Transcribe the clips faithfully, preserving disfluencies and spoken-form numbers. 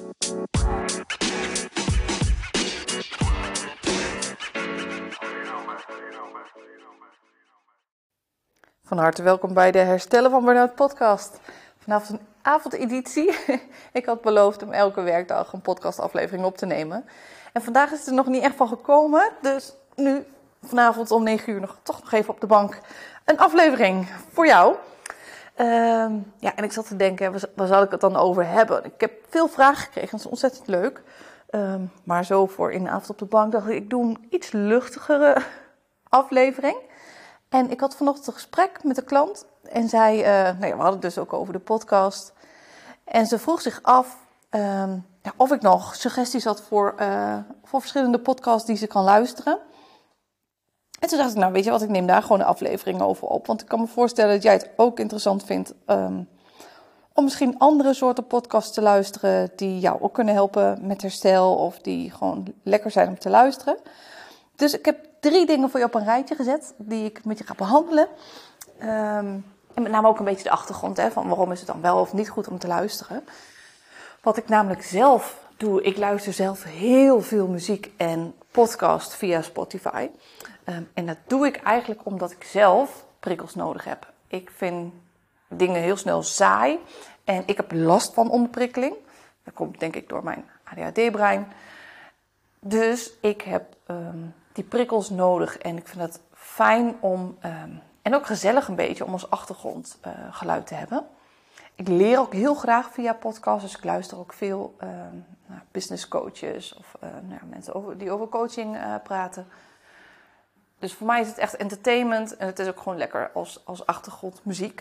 Van harte welkom bij de Herstellen van Burnout podcast. Vanavond een avondeditie. Ik had beloofd om elke werkdag een podcastaflevering op te nemen. En vandaag is het er nog niet echt van gekomen. Dus nu vanavond om negen uur nog, toch nog even op de bank een aflevering voor jou. Um, ja, en ik zat te denken, waar, waar zal ik het dan over hebben? Ik heb veel vragen gekregen, dat is ontzettend leuk. Um, maar zo voor in de avond op de bank dacht ik, ik doe een iets luchtigere aflevering. En ik had vanochtend een gesprek met een klant. En zij, uh, nou ja, we hadden het dus ook over de podcast. En ze vroeg zich af um, ja, of ik nog suggesties had voor, uh, voor verschillende podcasts die ze kan luisteren. En toen dacht ik, nou weet je wat, ik neem daar gewoon een aflevering over op. Want ik kan me voorstellen dat jij het ook interessant vindt um, om misschien andere soorten podcasts te luisteren die jou ook kunnen helpen met herstel of die gewoon lekker zijn om te luisteren. Dus ik heb drie dingen voor je op een rijtje gezet die ik met je ga behandelen. Um, en met name ook een beetje de achtergrond, hè, van waarom is het dan wel of niet goed om te luisteren. Wat ik namelijk zelf doe, ik luister zelf heel veel muziek en podcast via Spotify. Um, en dat doe ik eigenlijk omdat ik zelf prikkels nodig heb. Ik vind dingen heel snel saai en ik heb last van onderprikkeling. Dat komt denk ik door mijn A D H D-brein. Dus ik heb um, die prikkels nodig en ik vind het fijn om, um, en ook gezellig een beetje, om als achtergrondgeluid uh, te hebben. Ik leer ook heel graag via podcasts, dus ik luister ook veel um, naar business coaches of uh, nou, mensen over, die over coaching uh, praten. Dus voor mij is het echt entertainment en het is ook gewoon lekker als, als achtergrondmuziek.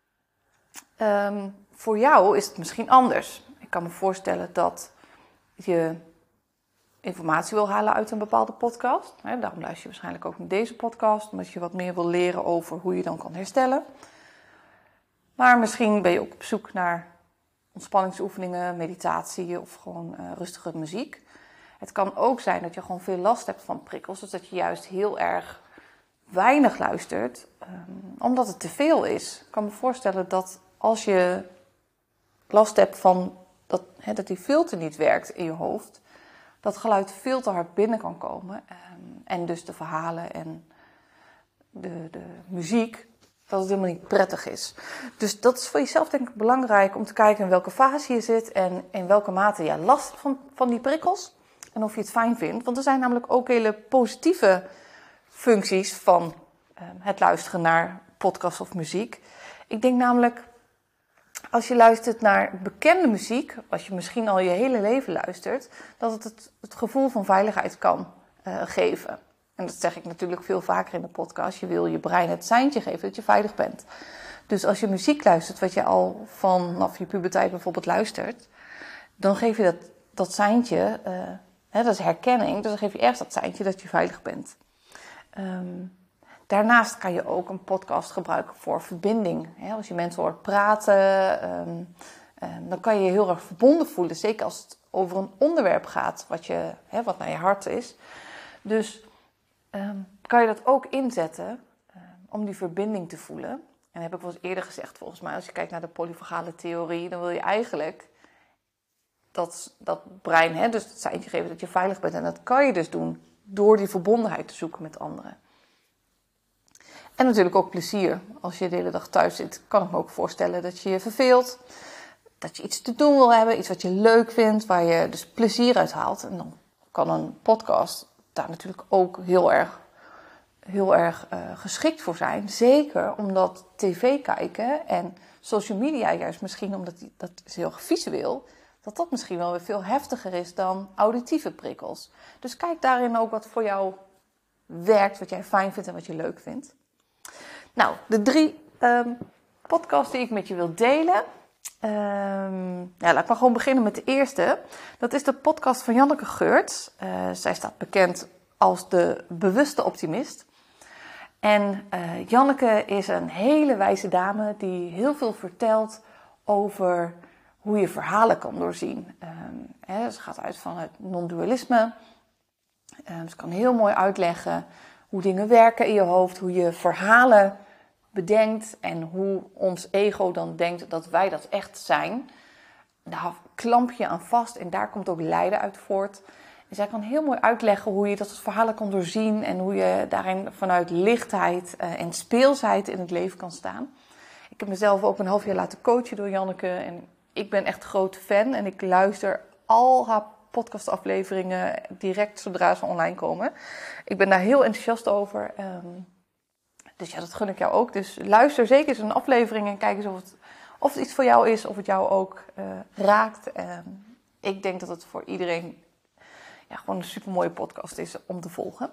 Um, voor jou is het misschien anders. Ik kan me voorstellen dat je informatie wil halen uit een bepaalde podcast. He, daarom luister je waarschijnlijk ook naar deze podcast, omdat je wat meer wil leren over hoe je dan kan herstellen. Maar misschien ben je ook op zoek naar ontspanningsoefeningen, meditatie of gewoon uh, rustige muziek. Het kan ook zijn dat je gewoon veel last hebt van prikkels, dus dat je juist heel erg weinig luistert, um, omdat het te veel is. Ik kan me voorstellen dat als je last hebt van dat, he, dat die filter niet werkt in je hoofd, dat geluid veel te hard binnen kan komen. Um, en dus de verhalen en de, de muziek, dat het helemaal niet prettig is. Dus dat is voor jezelf denk ik belangrijk om te kijken in welke fase je zit en in welke mate je last van, van die prikkels. En of je het fijn vindt. Want er zijn namelijk ook hele positieve functies van um, het luisteren naar podcast of muziek. Ik denk namelijk, als je luistert naar bekende muziek, als je misschien al je hele leven luistert, dat het het, het gevoel van veiligheid kan uh, geven. En dat zeg ik natuurlijk veel vaker in de podcast. Je wil je brein het seintje geven dat je veilig bent. Dus als je muziek luistert, wat je al vanaf je puberteit bijvoorbeeld luistert, dan geef je dat, dat seintje, uh, hè, dat is herkenning, dus dan geef je ergens dat seintje dat je veilig bent. Um, Daarnaast kan je ook een podcast gebruiken voor verbinding. Als je mensen hoort praten, um, um, dan kan je je heel erg verbonden voelen. Zeker als het over een onderwerp gaat wat, je, hè, wat naar je hart is. Dus um, kan je dat ook inzetten um, om die verbinding te voelen. En dat heb ik wel eens eerder gezegd volgens mij. Als je kijkt naar de polyvagale theorie, dan wil je eigenlijk dat, dat brein, hè, dus het seintje geven dat je veilig bent. En dat kan je dus doen door die verbondenheid te zoeken met anderen. En natuurlijk ook plezier. Als je de hele dag thuis zit, kan ik me ook voorstellen dat je je verveelt. Dat je iets te doen wil hebben, iets wat je leuk vindt, waar je dus plezier uit haalt. En dan kan een podcast daar natuurlijk ook heel erg, heel erg uh, geschikt voor zijn. Zeker omdat tv kijken en social media juist misschien, omdat die, dat is heel visueel, dat dat misschien wel weer veel heftiger is dan auditieve prikkels. Dus kijk daarin ook wat voor jou werkt, wat jij fijn vindt en wat je leuk vindt. Nou, de drie um, podcasts die ik met je wil delen. Um, ja, laat ik maar gewoon beginnen met de eerste. Dat is de podcast van Janneke Geurts. Uh, zij staat bekend als de bewuste optimist. En uh, Janneke is een hele wijze dame die heel veel vertelt over hoe je verhalen kan doorzien. Um, hè, ze gaat uit van het non-dualisme. Um, ze kan heel mooi uitleggen hoe dingen werken in je hoofd, hoe je verhalen bedenkt en hoe ons ego dan denkt dat wij dat echt zijn. daar klamp je aan vast en daar komt ook lijden uit voort. En zij kan heel mooi uitleggen hoe je dat soort verhalen kan doorzien en hoe je daarin vanuit lichtheid uh, en speelsheid in het leven kan staan. Ik heb mezelf ook een half jaar laten coachen door Janneke en ik ben echt groot fan en ik luister al haar podcastafleveringen direct zodra ze online komen. Ik ben daar heel enthousiast over. Um, dus ja, dat gun ik jou ook. Dus luister zeker eens een aflevering en kijk eens of het, of het iets voor jou is, of het jou ook uh, raakt. Um, ik denk dat het voor iedereen ja, gewoon een supermooie podcast is om te volgen.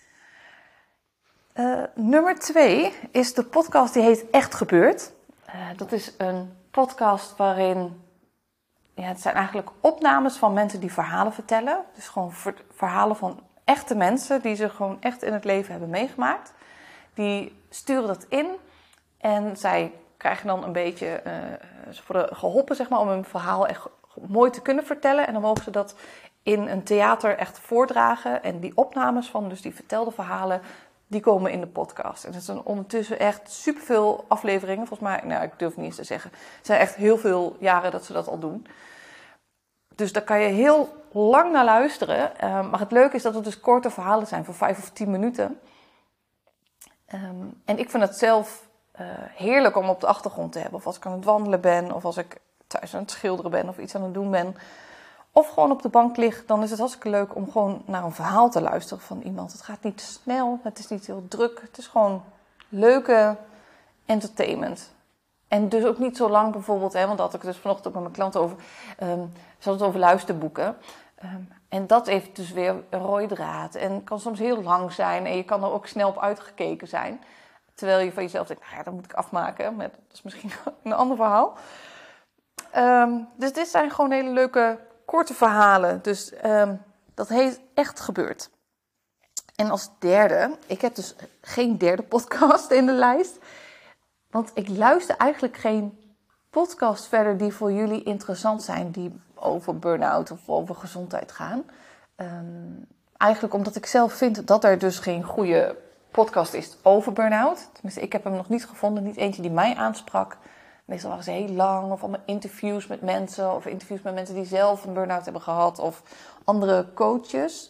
Uh, nummer twee is de podcast die heet Echt Gebeurd. Uh, dat is een podcast waarin... Ja, het zijn eigenlijk opnames van mensen die verhalen vertellen. Dus gewoon verhalen van echte mensen die ze gewoon echt in het leven hebben meegemaakt. Die sturen dat in en zij krijgen dan een beetje... Uh, ze worden geholpen zeg maar, om hun verhaal echt mooi te kunnen vertellen. En dan mogen ze dat in een theater echt voordragen. En die opnames van dus die vertelde verhalen, die komen in de podcast. En dat zijn ondertussen echt superveel afleveringen. Volgens mij, nou, ik durf niet eens te zeggen. Het zijn echt heel veel jaren dat ze dat al doen. Dus daar kan je heel lang naar luisteren. Uh, maar het leuke is dat het dus korte verhalen zijn van vijf of tien minuten. Um, en ik vind het zelf uh, heerlijk om op de achtergrond te hebben. Of als ik aan het wandelen ben, of als ik thuis aan het schilderen ben of iets aan het doen ben. Of gewoon op de bank lig, dan is het hartstikke leuk om gewoon naar een verhaal te luisteren van iemand. Het gaat niet snel, het is niet heel druk. Het is gewoon leuke entertainment. En dus ook niet zo lang bijvoorbeeld, hè, want daar had ik dus vanochtend ook met mijn klant over. Um, ze had het over luisterboeken. Um, en dat heeft dus weer een rode draad. En kan soms heel lang zijn en je kan er ook snel op uitgekeken zijn. Terwijl je van jezelf denkt, nou ja, dat moet ik afmaken. Maar dat is misschien een ander verhaal. Um, dus dit zijn gewoon hele leuke korte verhalen. Dus um, dat heet Echt Gebeurd. En als derde, ik heb dus geen derde podcast in de lijst. Want ik luister eigenlijk geen podcast verder die voor jullie interessant zijn. Die over burn-out of over gezondheid gaan. Um, eigenlijk omdat ik zelf vind dat er dus geen goede podcast is over burn-out. Tenminste, ik heb hem nog niet gevonden. Niet eentje die mij aansprak. Meestal waren ze heel lang. Of allemaal interviews met mensen. Of interviews met mensen die zelf een burn-out hebben gehad. Of andere coaches.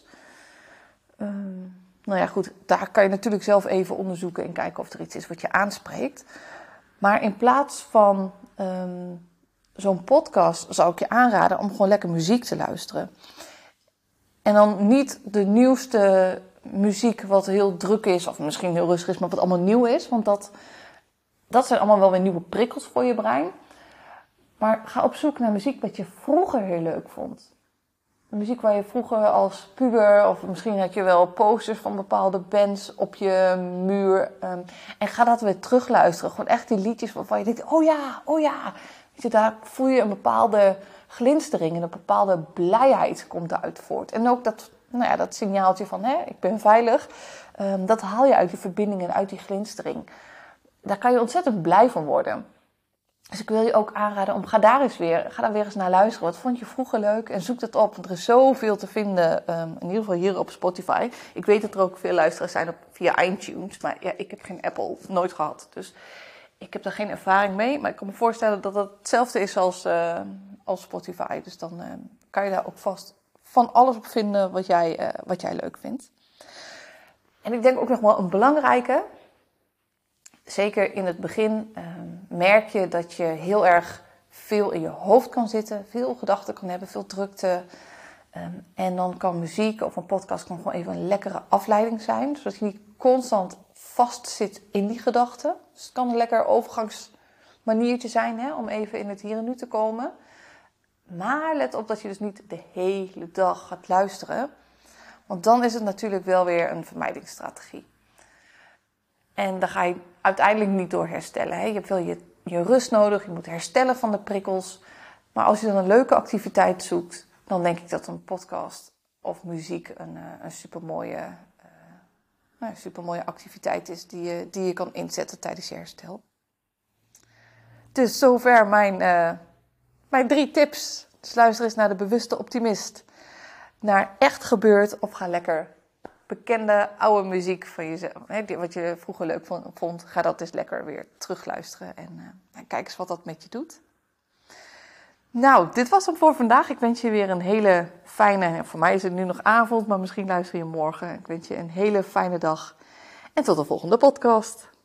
Um, nou ja, goed. Daar kan je natuurlijk zelf even onderzoeken. En kijken of er iets is wat je aanspreekt. Maar in plaats van um, zo'n podcast zou ik je aanraden om gewoon lekker muziek te luisteren. En dan niet de nieuwste muziek wat heel druk is. Of misschien heel rustig is, maar wat allemaal nieuw is. Want dat... Dat zijn allemaal wel weer nieuwe prikkels voor je brein. Maar ga op zoek naar muziek wat je vroeger heel leuk vond. Muziek waar je vroeger als puber, of misschien had je wel posters van bepaalde bands op je muur. Um, en ga dat weer terugluisteren. Gewoon echt die liedjes waarvan je denkt, oh ja, oh ja. Weet je, daar voel je een bepaalde glinstering en een bepaalde blijheid komt eruit voort. En ook dat, nou ja, dat signaaltje van, hè, ik ben veilig. Um, dat haal je uit die verbinding en uit die glinstering. Daar kan je ontzettend blij van worden. Dus ik wil je ook aanraden om, ga daar eens weer, ga daar weer eens naar luisteren. Wat vond je vroeger leuk? En zoek dat op, want er is zoveel te vinden, um, in ieder geval hier op Spotify. Ik weet dat er ook veel luisteraars zijn op, via iTunes, maar ja, ik heb geen Apple, nooit gehad. Dus ik heb daar geen ervaring mee, maar ik kan me voorstellen dat het hetzelfde is als, uh, als Spotify. Dus dan uh, kan je daar ook vast van alles op vinden wat jij, uh, wat jij leuk vindt. En ik denk ook nog wel een belangrijke... Zeker in het begin uh, merk je dat je heel erg veel in je hoofd kan zitten. Veel gedachten kan hebben, veel drukte. Um, en dan kan muziek of een podcast kan gewoon even een lekkere afleiding zijn. Zodat je niet constant vastzit in die gedachten. Dus het kan een lekker overgangsmaniertje zijn, hè, om even in het hier en nu te komen. Maar let op dat je dus niet de hele dag gaat luisteren. Want dan is het natuurlijk wel weer een vermijdingsstrategie. En daar ga je uiteindelijk niet door herstellen. Hè? Je hebt wel je, je rust nodig, je moet herstellen van de prikkels. Maar als je dan een leuke activiteit zoekt, dan denk ik dat een podcast of muziek een, een supermooie, uh, nou, supermooie activiteit is die je, die je kan inzetten tijdens je herstel. Dus zover mijn, uh, mijn drie tips. Dus luister eens naar de bewuste optimist. Naar Echt Gebeurd of ga lekker... bekende oude muziek van jezelf, hè, wat je vroeger leuk vond, ga dat eens lekker weer terugluisteren en, uh, en kijk eens wat dat met je doet. Nou, dit was hem voor vandaag. Ik wens je weer een hele fijne, voor mij is het nu nog avond, maar misschien luister je morgen. Ik wens je een hele fijne dag en tot de volgende podcast.